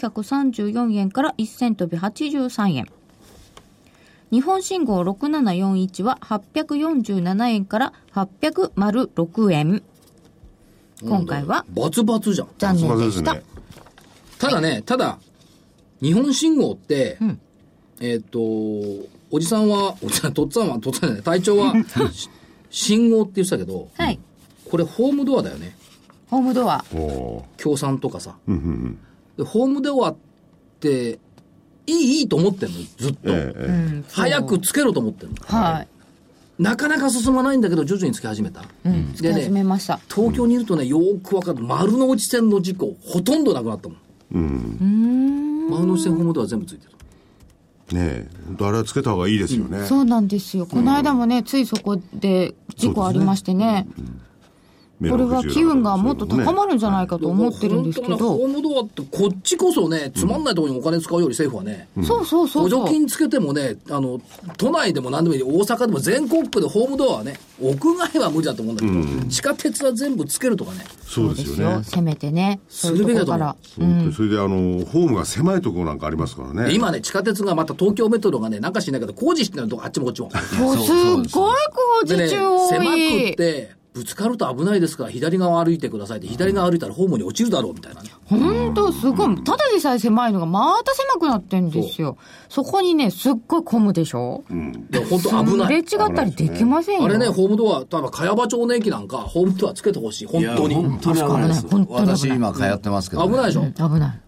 1134円から1000飛び83円。日本信号6741は847円から806円。今回はバツバツじゃん。残念でした。ただね、日本信号って、おじさんは、とっつぁんじゃない、隊長は、信号って言ってたけど、はい、これホームドアだよね。ホームドア。協賛とかさ。でホームドアって、いいと思ってんの、ずっと。早くつけろと思ってんの。はい。なかなか進まないんだけど、徐々につけ始めた。つけ始めました。東京にいるとね、よーくわかる。丸の内線の事故、ほとんどなくなったもん。丸の内線ホームドア全部ついてる。ねえ、本当あれはつけた方がいいですよね。そうなんですよ。この間もね、ついそこで事故ありましてね。これは機運がもっと高まるんじゃないかと思ってるんですけど、ホームドアってこっちこそね、つまんないところにお金使うより政府はね、補助金つけてもね、都内でも何でもいい、大阪でも全国区でホームドアはね、屋外は無理だと思うんだけど、地下鉄は全部つけるとかね。そうですよね。せめてね、するべきだと思う。それでホームが狭いところなんかありますからね。今ね、地下鉄がまた東京メトロがね、なんかしないけど工事してるとこあっちもこっちも。すっごい工事中多い。狭くってぶつかると危ないですから左側歩いてくださいって、左側歩いたらホームに落ちるだろうみたいなね。本当すごい、ただでさえ狭いのがまた狭くなってんですよ。そこにね、すっごい混むでしょ。本当危ない。すれ違ったりできませんよ。あれね、ホームドア、例えば茅場町の駅なんかホームドアつけてほしい。本当に。本当に危ないです。私今通ってますけど、危ないでしょ。危ない。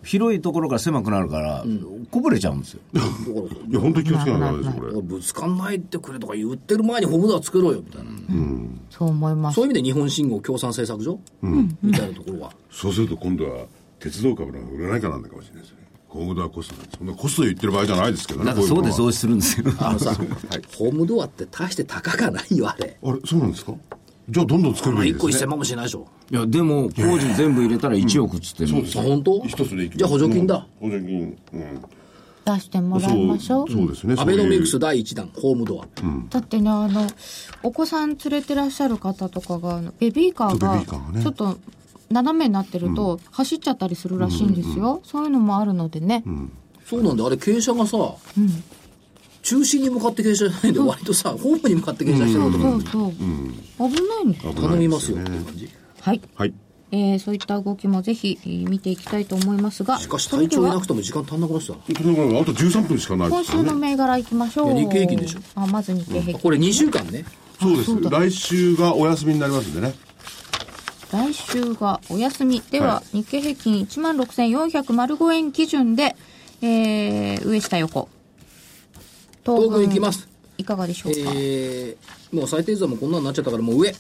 広いところから狭くなるから、こぼれちゃうんですよ。 いや本当に気をつけなきゃダメですよこれ。 ぶつかんないってくれとか言ってる前にホームドア作ろうよみたいな、 そう思います。 そういう意味で日本信号共産製作所、みたいなところは、 そうすると今度は鉄道株なんか売らないかなんだかもしれないですね。ホームドアコストなんてそんなコスト言ってる場合じゃないですけどね。 なんかそうで増資するんですよ。 さ、ホームドアって大して高かないよあれ。 あれそうなんですか。じゃあどんどん作るべき 1個ですね。 1000万もしないでしょ。 いやでも工事全部入れたら1億っつってるんですよ。 本当？ 一つでいきます。 じゃあ補助金だ。 補助金、 出してもらいましょう。 そうですね。 アベノミクス第1弾ホームドア、 だってね、お子さん連れてらっしゃる方とかがベビーカーがちょっと斜めになってると走っちゃったりするらしいんですよ、そういうのもあるのでね、 そうなんだ。あれ傾斜がさ、中心に向かって傾斜じゃないんで、割とさホームに向かって傾斜してるのとか、 そう、危ないんですよ。 頼みますよっていう感じ。 はい、 はい。 そういった動きもぜひ見ていきたいと思いますが、 しかし隊長いなくても時間足んなくなってた。 あと13分しかないで今すからね。 週の銘柄いきましょう。 いや日経平均でしょ。 まず日経平均、 これ2週間ね。 そうです。来週がお休みになりますんでね。 来週がお休みでは、日経平均 16,405 円基準で、上下横東軍いきます。 いかがでしょうか。 もう最低図はもうこんなになっちゃったからもう上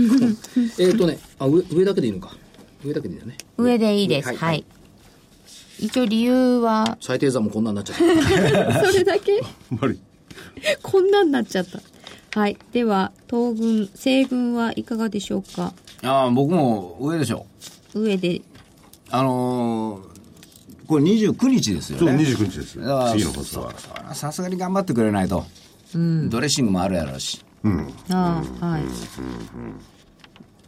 上だけでいいのか。上だけでいいよね。 上でいいです。はい。一応理由は最低図はもうこんなになっちゃったそれだけこんなになっちゃった。はい。では東軍西軍はいかがでしょうか。 僕も上でしょ。 上でこれ29日ですよね。 そう29日です。次のコストはさすがに頑張ってくれないと、ドレッシングもあるやろうし、 はい。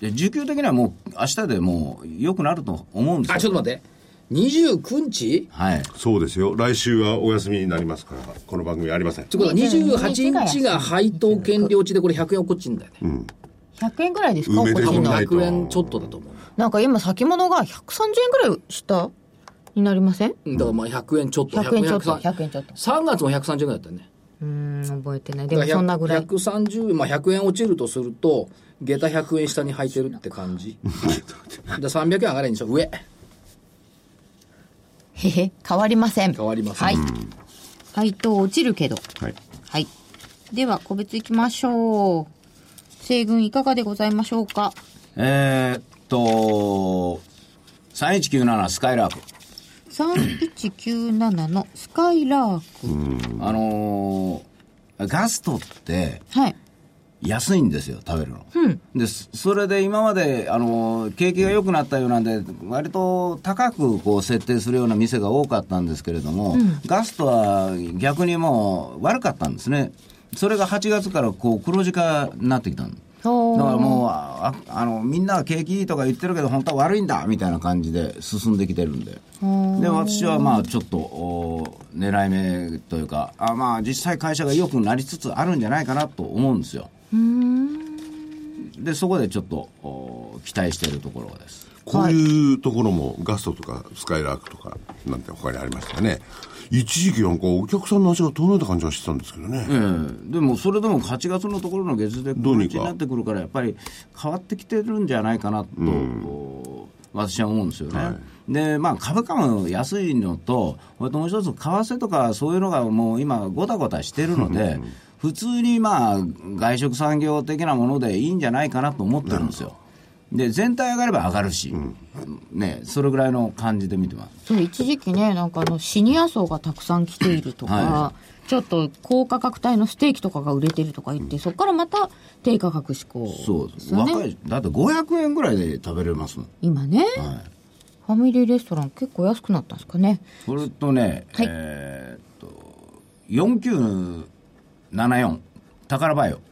需給的にはもう明日でもう良くなると思うんですよ。 ちょっと待って。29日？ はい。 そうですよ。来週はお休みになりますから、この番組ありません。 ということは28日が配当権料値でこれ100円落っこっちんだよね。 100円ぐらいですか。 埋めて多分ないと 100円ちょっとだと思う。 なんか今先物が130円ぐらい下になりません？ だからまあ100円ちょっと。 100円ちょっと。100円ちょっと。 3月も130円ぐらいだったよね。 覚えてない。でもそんなぐらい。 130円、まあ100円落ちるとすると、下駄100円下に履いてるって感じ。で300円上がれんでしょ、上。 へへ、変わりません。 変わりません。 はい。配当落ちるけど。 はい。 はい。では、個別いきましょう。西軍いかがでございましょうか。 3197スカイラーク。 3197のスカイラーク。ガストってはい。 安いんですよ、食べるの。でそれで今まで景気が良くなったようなんで割と高くこう設定するような店が多かったんですけれども、ガストは逆にもう悪かったんですね。それが8月からこう黒字化になってきたんだからもうみんなが景気いいとか言ってるけど本当は悪いんだみたいな感じで進んできてるんで、で私はまあちょっと狙い目というかまあ実際会社が良くなりつつあるんじゃないかなと思うんですよ。でそこでちょっと期待しているところです。 こういうところもガストとかスカイラークとかなんて他にありましたよね。一時期なんかお客さんの足が遠のいた感じはしてたんですけどね、 でもそれでも8月のところの月で黒字になってくるからやっぱり変わってきてるんじゃないかなと、私は思うんですよね、でまあ株価も安いのともう一つ為替とかそういうのがもう今ごたごたしてるので普通にまあ外食産業的なものでいいんじゃないかなと思ってるんですよ。で全体上がれば上がるし、ね、それぐらいの感じで見てます。 そう一時期ねなんかシニア層がたくさん来ているとか、ちょっと高価格帯のステーキとかが売れてるとか言って、そこからまた低価格志向、 そうです、若いだって500円ぐらいで食べれますもん今ね、ファミリーレストラン結構安くなったんですかね。 それとね、4974宝バイオ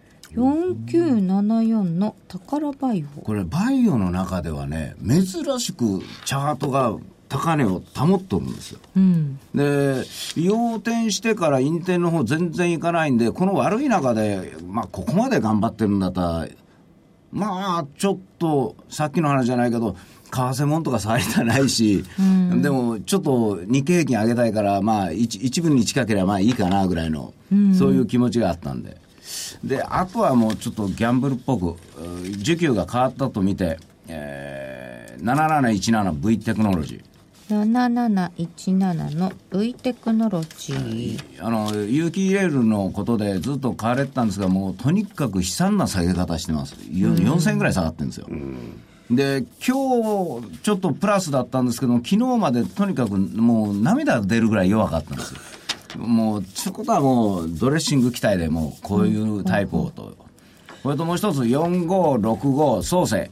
4974の宝バイオ、 これバイオの中ではね珍しくチャートが高値を保っとるんですよ、で陽転してから陰転の方全然いかないんでこの悪い中で、ここまで頑張ってるんだったらちょっとさっきの話じゃないけど為替もんとか触りたないし、でもちょっと日経平均上げたいから一部に近ければいいかなぐらいの、そういう気持ちがあったんで、あとはもうちょっとギャンブルっぽく需給が変わったと見て、7717V テクノロジー 7717のルイテクノロジー、 有機 EL のことでずっと買われてたんですが、もうとにかく悲惨な下げ方してます。4000円ぐらい下がってるんですよ。で今日ちょっとプラスだったんですけど、昨日までとにかくもう涙出るぐらい弱かったんですよ。もうそことはもうドレッシング期待でもうこういうタイプをと、これともう一つ4565創生、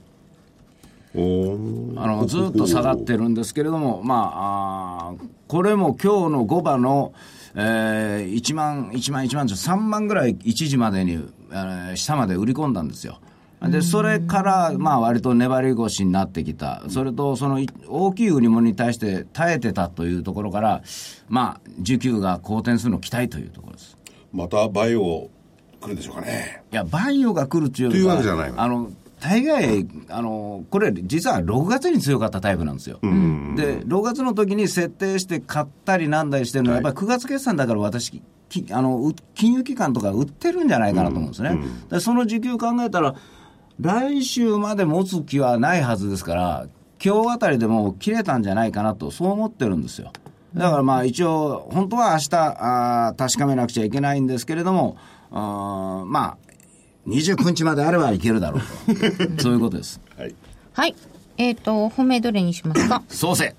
ずっと下がってるんですけれども、これも今日の5番の、1万3万ぐらい1時までに、下まで売り込んだんですよ。でそれから割と粘り腰になってきた。それとその大きい売り物に対して耐えてたというところから、需給が好転するのを期待というところです。 またバイオ来るんでしょうかね。 いやバイオが来るというというわけじゃない。 大概これ実は6月に強かったタイプなんですよ。で6月の時に設定して買ったりなんだりしてるのは、やっぱり9月決算だから私金融機関とか売ってるんじゃないかなと思うんですね。でその需給考えたら来週まで持つ気はないはずですから、今日あたりでもう切れたんじゃないかなとそう思ってるんですよ。だから一応本当は明日確かめなくちゃいけないんですけれども、29日まであればいけるだろうとそういうことです。 はい、はい、本命どれにしますか？ 創生。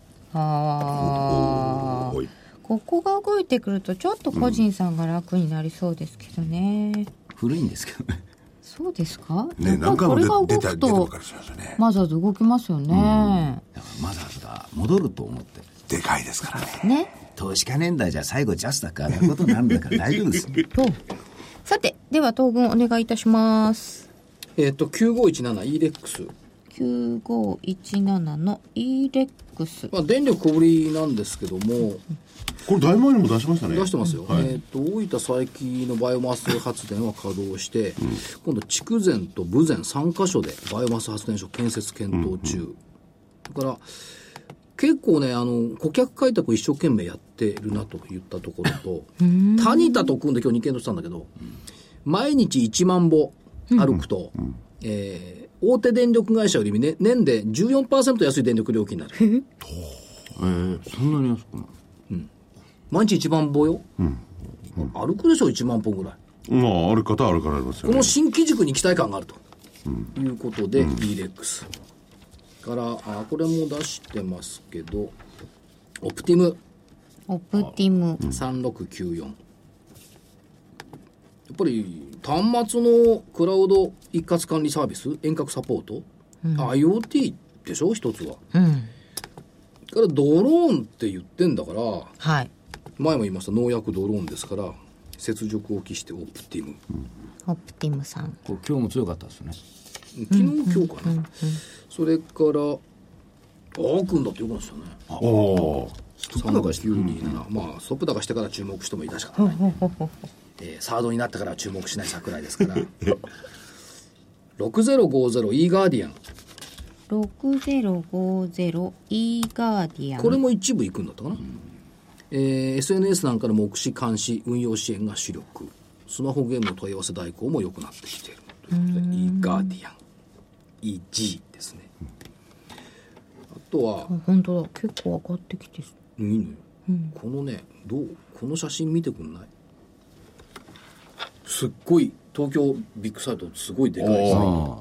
ここが動いてくるとちょっと個人さんが楽になりそうですけどね。 古いんですけどね。 そうですかね。何回も出てるからしますよね。 マザーズ動きますよね。 だからマザーズが戻ると思ってる。 でかいですからね。 投資家年代じゃ最後ジャスダック上がることになるんだから大丈夫ですよ。 さてでは東軍お願いいたします。 9517 EREX9517 の EREX、 電力小売りなんですけども、 これだいぶ前にも出しましたね。 出してますよ。大分佐伯のバイオマス発電は稼働して、今度筑前と豊前3カ所でバイオマス発電所建設検討中。だから結構ね、顧客開拓を一生懸命やってるなといったところと、タニタと組んで今日2件としたんだけど、毎日1万歩歩くと、大手電力会社より、ね、年で 14% 安い電力料金になる。 そんなに安くない？ 毎日1万歩よ、歩くでしょ1万歩ぐらい。 歩く方は歩かれますよね。 この新機軸に期待感があると、いうことで、EREXからこれも出してますけど、オプティム3694、やっぱり端末のクラウド一括管理サービス、遠隔サポート、IoT でしょ一つは、からドローンって言ってんだから、前も言いました農薬ドローンですから、雪辱を期してオプティム、 オプティムさん、 これ今日も強かったですね。 昨日今日かな、それからアークンだってよくないですよね。ストップ高して、ストップ高してから注目してもいいだしかない、サードになってから注目しない桜井ですから6050 E ガーディアン、 6050 E ガーディアン、 これも一部いくんだったかな、SNS なんかの目視監視運用支援が主力、スマホゲームの問い合わせ代行も良くなってきているということで E ガーディアン EG ですね。あとは本当だ、結構上がってきてる。 いいのよ、このね、この写真見てくんない？すっごい東京ビッグサイトすごいでかいですね。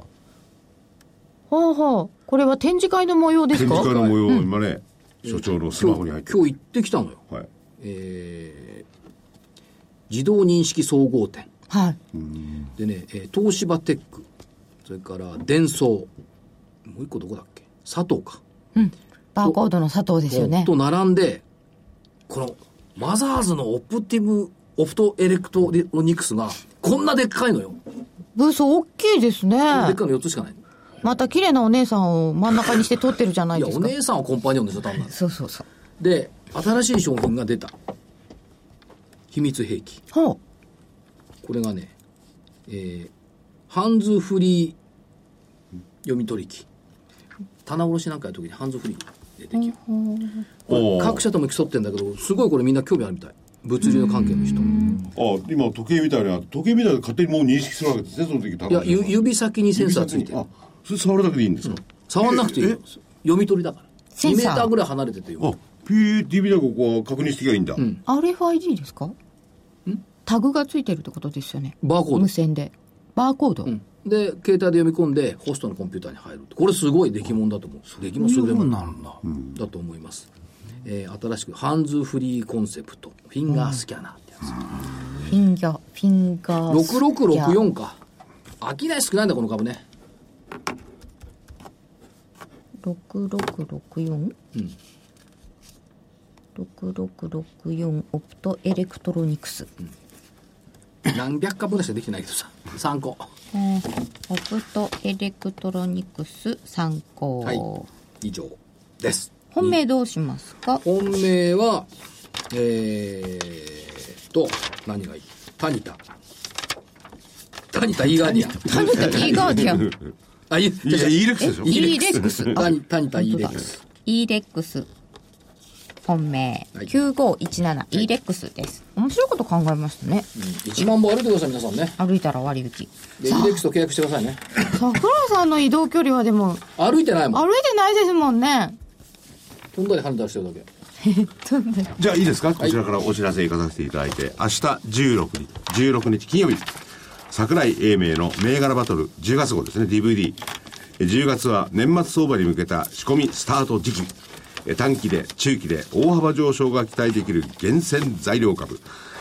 これは展示会の模様ですか？ 展示会の模様、今ね、所長のスマホに入ってる。 今日行ってきたのよ、自動認識総合店、でね、東芝テック、それからデンソー、もう一個どこだっけ、佐藤か、 バーコードの佐藤ですよね。 と並んで、このマザーズのオプトエレクトロニクスがこんなでっかいのよ。 ブース大きいですね。 でっかいの4つしかない。 また綺麗なお姉さんを真ん中にして撮ってるじゃないですか。 いや、お姉さんはコンパニオンでしょ、多分。 そうで、新しい商品が出た。秘密兵器。これがね、ハンズフリー読み取り機。棚卸しなんかやるときにハンズフリーでできる。各社とも競ってんだけど、すごいこれみんな興味あるみたい。物流の関係の人。 今時計みたいな、時計みたいな勝手にもう認識するわけですね、その時。 いや、指先にセンサーついてる。 それ触るだけでいいんですか？ 触んなくていいよ。読み取りだから。2メーターぐらい離れててよ。 PTB でここは確認してきゃいいんだ。 RFID ですか？タグがついてるってことですよね。 バーコード。 無線で。バーコード。 で、携帯で読み込んで、ホストのコンピューターに入る。これすごい出来物だと思う。出来物優れものだと思います。新しく、ハンズフリーコンセプト、フィンガースキャナーってやつ。 フィンガースキャナー。 6664か。商い少ないんだ、この株ね。 6664、6664オプトエレクトロニクス、 何百株ぐらいしかできてないけどさ、3個。 オプトエレクトロニクス3個、 はい、以上です。 本命どうしますか？ 本命は何がいい？タニタイーガーディアン。 タニタイーガーディアン。 いや、イーレックスでしょ。 イーレックス。 タニタイーレックス。 イーレックス。本命。 はい、 9517、イーレックスです。面白いこと考えましたね。 1万歩歩いてください、皆さんね。 歩いたら割引。 で、イーレックスと契約してくださいね。 桜さんの移動距離はでも、 歩いてないもん。 歩いてないですもんね。 飛んだり跳ねたりしてるだけ。 じゃあいいですか、こちらからお知らせいかさせていただいて、明日16日金曜日、桜井英明の銘柄バトル10月号ですね、 DVD。 10月は年末相場に向けた仕込みスタート時期。短期で中期で大幅上昇が期待できる厳選材料株、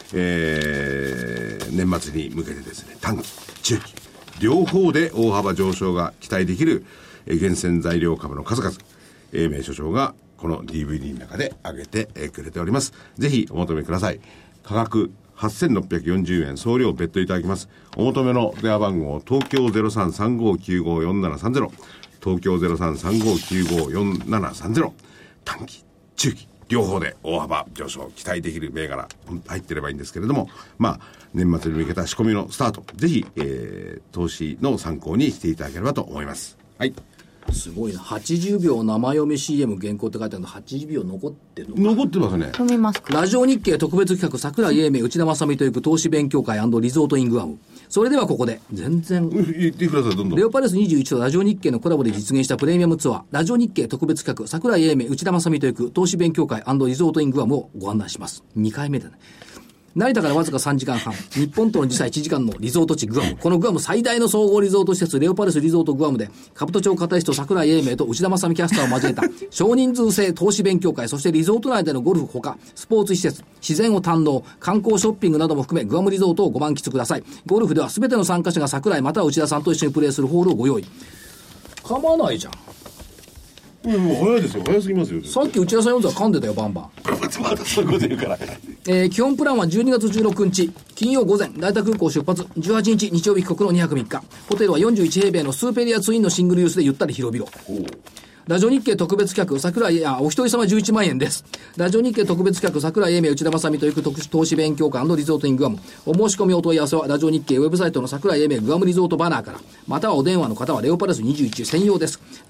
年末に向けてですね、短期中期両方で大幅上昇が期待できる厳選材料株の数々、英明所長がこの DVD の中で挙げてくれております。ぜひお求めください。価格8640円、送料別途いただきます。お求めの電話番号、東京 0335954730、東京 0335954730。短期中期両方で大幅上昇期待できる銘柄入ってればいいんですけれども、年末に向けた仕込みのスタート、ぜひ、投資の参考にしていただければと思います。はい。 すごいな。80秒生読み CM 原稿って書いてあるの、80秒残ってるのか。 残ってますね。 読みますか。 ラジオ日経特別企画、桜井英明内田正美と行く投資勉強会&リゾートイングアム。それではここで、全然。 言ってください、どんどん。 レオパレス21とラジオ日経のコラボで実現したプレミアムツアー、ラジオ日経特別企画、桜井英明内田正美と行く投資勉強会&リゾートイングアムをご案内します。2回目だね。成田からわずか3時間半、日本との時差1時間のリゾート地グアム。このグアム最大の総合リゾート施設、レオパレスリゾートグアムで、兜町片石と桜井英明と内田正美キャスターを交えた少人数制投資勉強会、そしてリゾート内でのゴルフほか、スポーツ施設、自然を堪能、観光ショッピングなども含め、グアムリゾートをご満喫ください。ゴルフでは全ての参加者が桜井または内田さんと一緒にプレーするホールをご用意。構わないじゃん。 もう早いですよ、早すぎますよ。 さっき内田さん読んだら噛んでたよ、バンバン。 まだそういうこと言うから。 基本プランは12月16日金曜午前成田空港出発、18日日曜日帰国の2泊3日。ホテルは41平米のスーペリアツインのシングルユースでゆったり広々。ラジオ日経特別企画桜井お一人様11万円です。ラジオ日経特別企画桜井英明内田正美と行く投資勉強会&リゾートイングアム。お申し込みお問い合わせはラジオ日経ウェブサイトの桜井英明グアムリゾートバナーから、またはお電話の方はレオパレス21専用です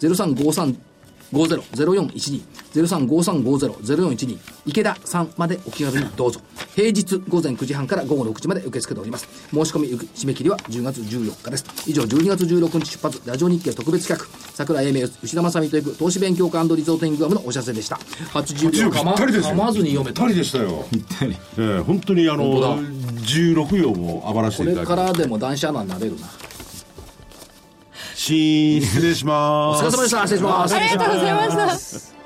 。035350-0412 035350-0412、池田さんまでお気軽にどうぞ。平日午前9時半から午後6時まで受け付けております。申し込み締め切りは10月14日です。以上、12月16日出発ラジオ日経特別企画桜井英明内田正美と行く投資勉強会&リゾートイングアムのお知らせでした。80秒ぴったりですよ。 噛まずに読めた。 ぴったりでしたよ。ぴったり。本当に16秒も余らせていただきます。 これからでも男子アナになれるな。 失礼します。 お疲れ様でした。失礼します。 ありがとうございました。